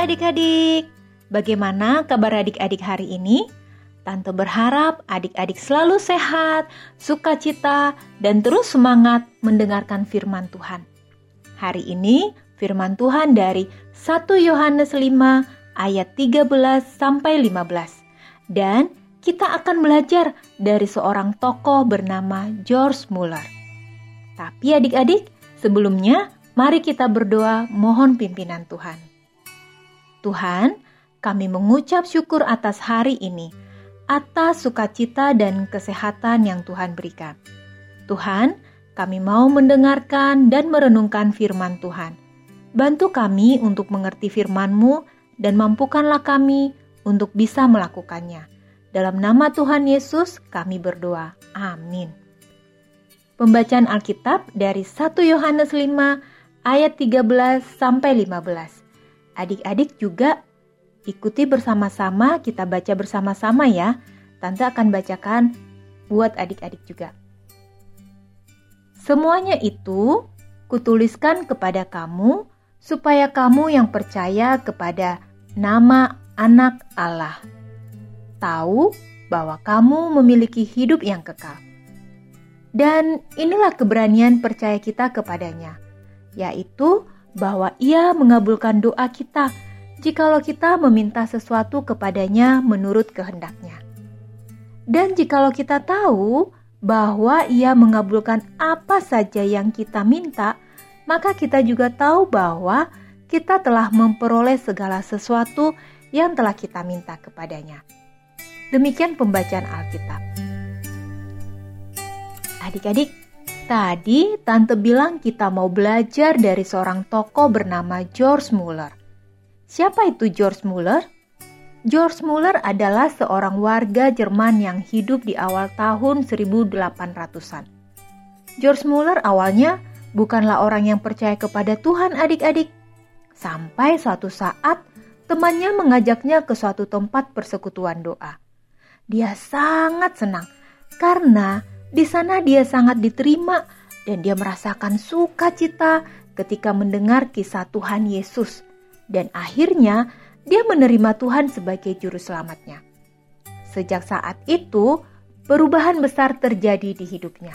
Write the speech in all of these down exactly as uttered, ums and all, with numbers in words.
adik-adik, bagaimana kabar adik-adik hari ini? Tante berharap adik-adik selalu sehat, sukacita, dan terus semangat mendengarkan firman Tuhan. Hari ini firman Tuhan dari satu Yohanes lima ayat tiga belas sampai lima belas. Dan kita akan belajar dari seorang tokoh bernama George Mueller. Tapi adik-adik, sebelumnya mari kita berdoa mohon pimpinan Tuhan. Tuhan, kami mengucap syukur atas hari ini, atas sukacita dan kesehatan yang Tuhan berikan. Tuhan, kami mau mendengarkan dan merenungkan firman Tuhan. Bantu kami untuk mengerti firman-Mu dan mampukanlah kami untuk bisa melakukannya. Dalam nama Tuhan Yesus kami berdoa. Amin. Pembacaan Alkitab dari satu Yohanes lima ayat tiga belas sampai lima belas. Adik-adik juga ikuti bersama-sama, kita baca bersama-sama ya. Tante akan bacakan buat adik-adik juga. Semuanya itu kutuliskan kepada kamu supaya kamu yang percaya kepada nama Anak Allah tahu bahwa kamu memiliki hidup yang kekal. Dan inilah keberanian percaya kita kepadanya, yaitu bahwa Ia mengabulkan doa kita jikalau kita meminta sesuatu kepadanya menurut kehendak-Nya. Dan jikalau kita tahu bahwa Ia mengabulkan apa saja yang kita minta, maka kita juga tahu bahwa kita telah memperoleh segala sesuatu yang telah kita minta kepadanya. Demikian pembacaan Alkitab. Adik-adik, tadi Tante bilang kita mau belajar dari seorang tokoh bernama George Mueller. Siapa itu George Mueller? George Mueller adalah seorang warga Jerman yang hidup di awal tahun seribu delapan ratusan. George Mueller awalnya bukanlah orang yang percaya kepada Tuhan adik-adik. Sampai suatu saat temannya mengajaknya ke suatu tempat persekutuan doa. Dia sangat senang karena di sana dia sangat diterima dan dia merasakan sukacita ketika mendengar kisah Tuhan Yesus. Dan akhirnya dia menerima Tuhan sebagai juru selamatnya. Sejak saat itu, perubahan besar terjadi di hidupnya.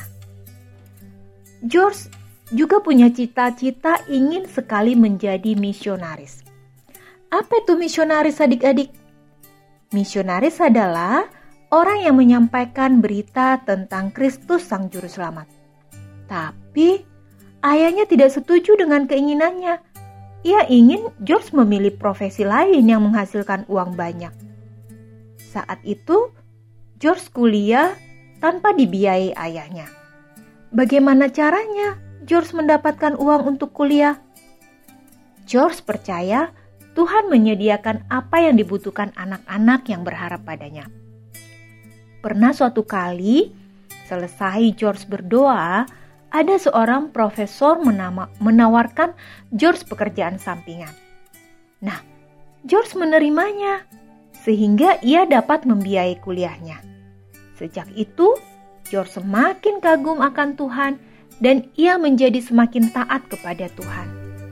George juga punya cita-cita ingin sekali menjadi misionaris. Apa itu misionaris adik-adik? Misionaris adalah orang yang menyampaikan berita tentang Kristus Sang Juru Selamat. Tapi ayahnya tidak setuju dengan keinginannya. Ia ingin George memilih profesi lain yang menghasilkan uang banyak. Saat itu George kuliah tanpa dibiayai ayahnya. Bagaimana caranya George mendapatkan uang untuk kuliah? George percaya Tuhan menyediakan apa yang dibutuhkan anak-anak yang berharap padanya. Pernah suatu kali, selesai George berdoa, ada seorang profesor menama, menawarkan George pekerjaan sampingan. Nah, George menerimanya, sehingga ia dapat membiayai kuliahnya. Sejak itu, George semakin kagum akan Tuhan, dan ia menjadi semakin taat kepada Tuhan.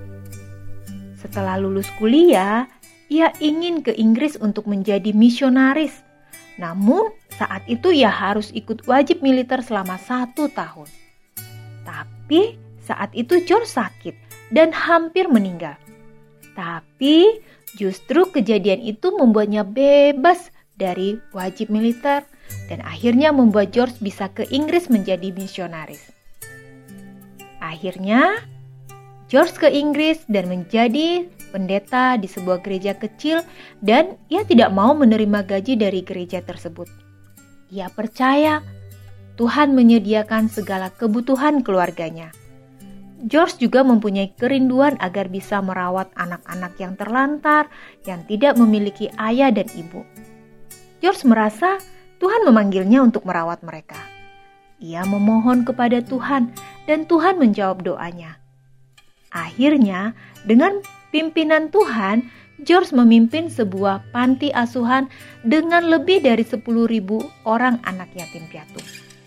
Setelah lulus kuliah, ia ingin ke Inggris untuk menjadi misionaris. Namun, saat itu ia harus ikut wajib militer selama satu tahun. Tapi, saat itu George sakit dan hampir meninggal. Tapi, justru kejadian itu membuatnya bebas dari wajib militer dan akhirnya membuat George bisa ke Inggris menjadi misionaris. Akhirnya, George ke Inggris dan menjadi pendeta di sebuah gereja kecil dan ia tidak mau menerima gaji dari gereja tersebut. Ia percaya Tuhan menyediakan segala kebutuhan keluarganya. George juga mempunyai kerinduan agar bisa merawat anak-anak yang terlantar yang tidak memiliki ayah dan ibu. George merasa Tuhan memanggilnya untuk merawat mereka. Ia memohon kepada Tuhan dan Tuhan menjawab doanya. Akhirnya, dengan pimpinan Tuhan, George memimpin sebuah panti asuhan dengan lebih dari sepuluh ribu orang anak yatim piatu.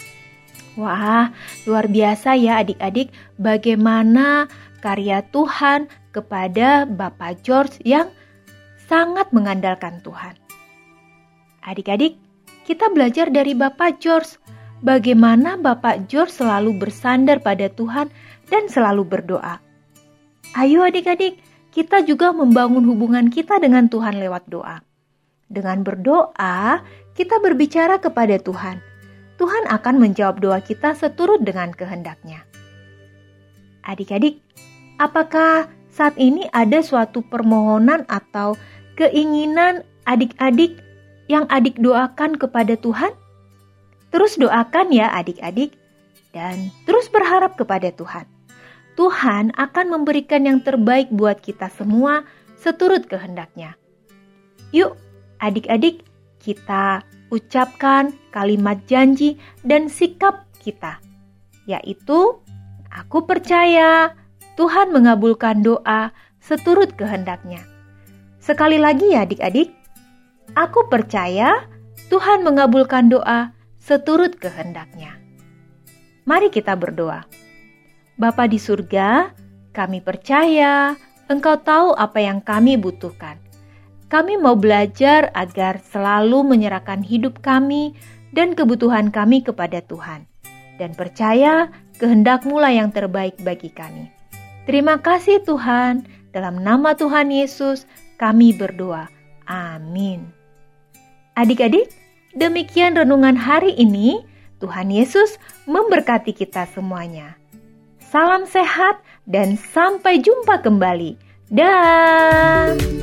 Wah, luar biasa ya adik-adik bagaimana karya Tuhan kepada Bapak George yang sangat mengandalkan Tuhan. Adik-adik, kita belajar dari Bapak George, bagaimana Bapak George selalu bersandar pada Tuhan dan selalu berdoa. Ayo adik-adik, kita juga membangun hubungan kita dengan Tuhan lewat doa. Dengan berdoa, kita berbicara kepada Tuhan. Tuhan akan menjawab doa kita seturut dengan kehendak-Nya. Adik-adik, apakah saat ini ada suatu permohonan atau keinginan adik-adik yang adik doakan kepada Tuhan? Terus doakan ya adik-adik, dan terus berharap kepada Tuhan. Tuhan akan memberikan yang terbaik buat kita semua seturut kehendak-Nya. Yuk adik-adik, kita ucapkan kalimat janji dan sikap kita, yaitu aku percaya Tuhan mengabulkan doa seturut kehendak-Nya. Sekali lagi ya adik-adik, aku percaya Tuhan mengabulkan doa seturut kehendak-Nya. Mari kita berdoa. Bapa di surga, kami percaya Engkau tahu apa yang kami butuhkan. Kami mau belajar agar selalu menyerahkan hidup kami dan kebutuhan kami kepada Tuhan. Dan percaya kehendak-Mu lah yang terbaik bagi kami. Terima kasih Tuhan, dalam nama Tuhan Yesus kami berdoa. Amin. Adik-adik, demikian renungan hari ini. Tuhan Yesus memberkati kita semuanya. Salam sehat dan sampai jumpa kembali. Dah.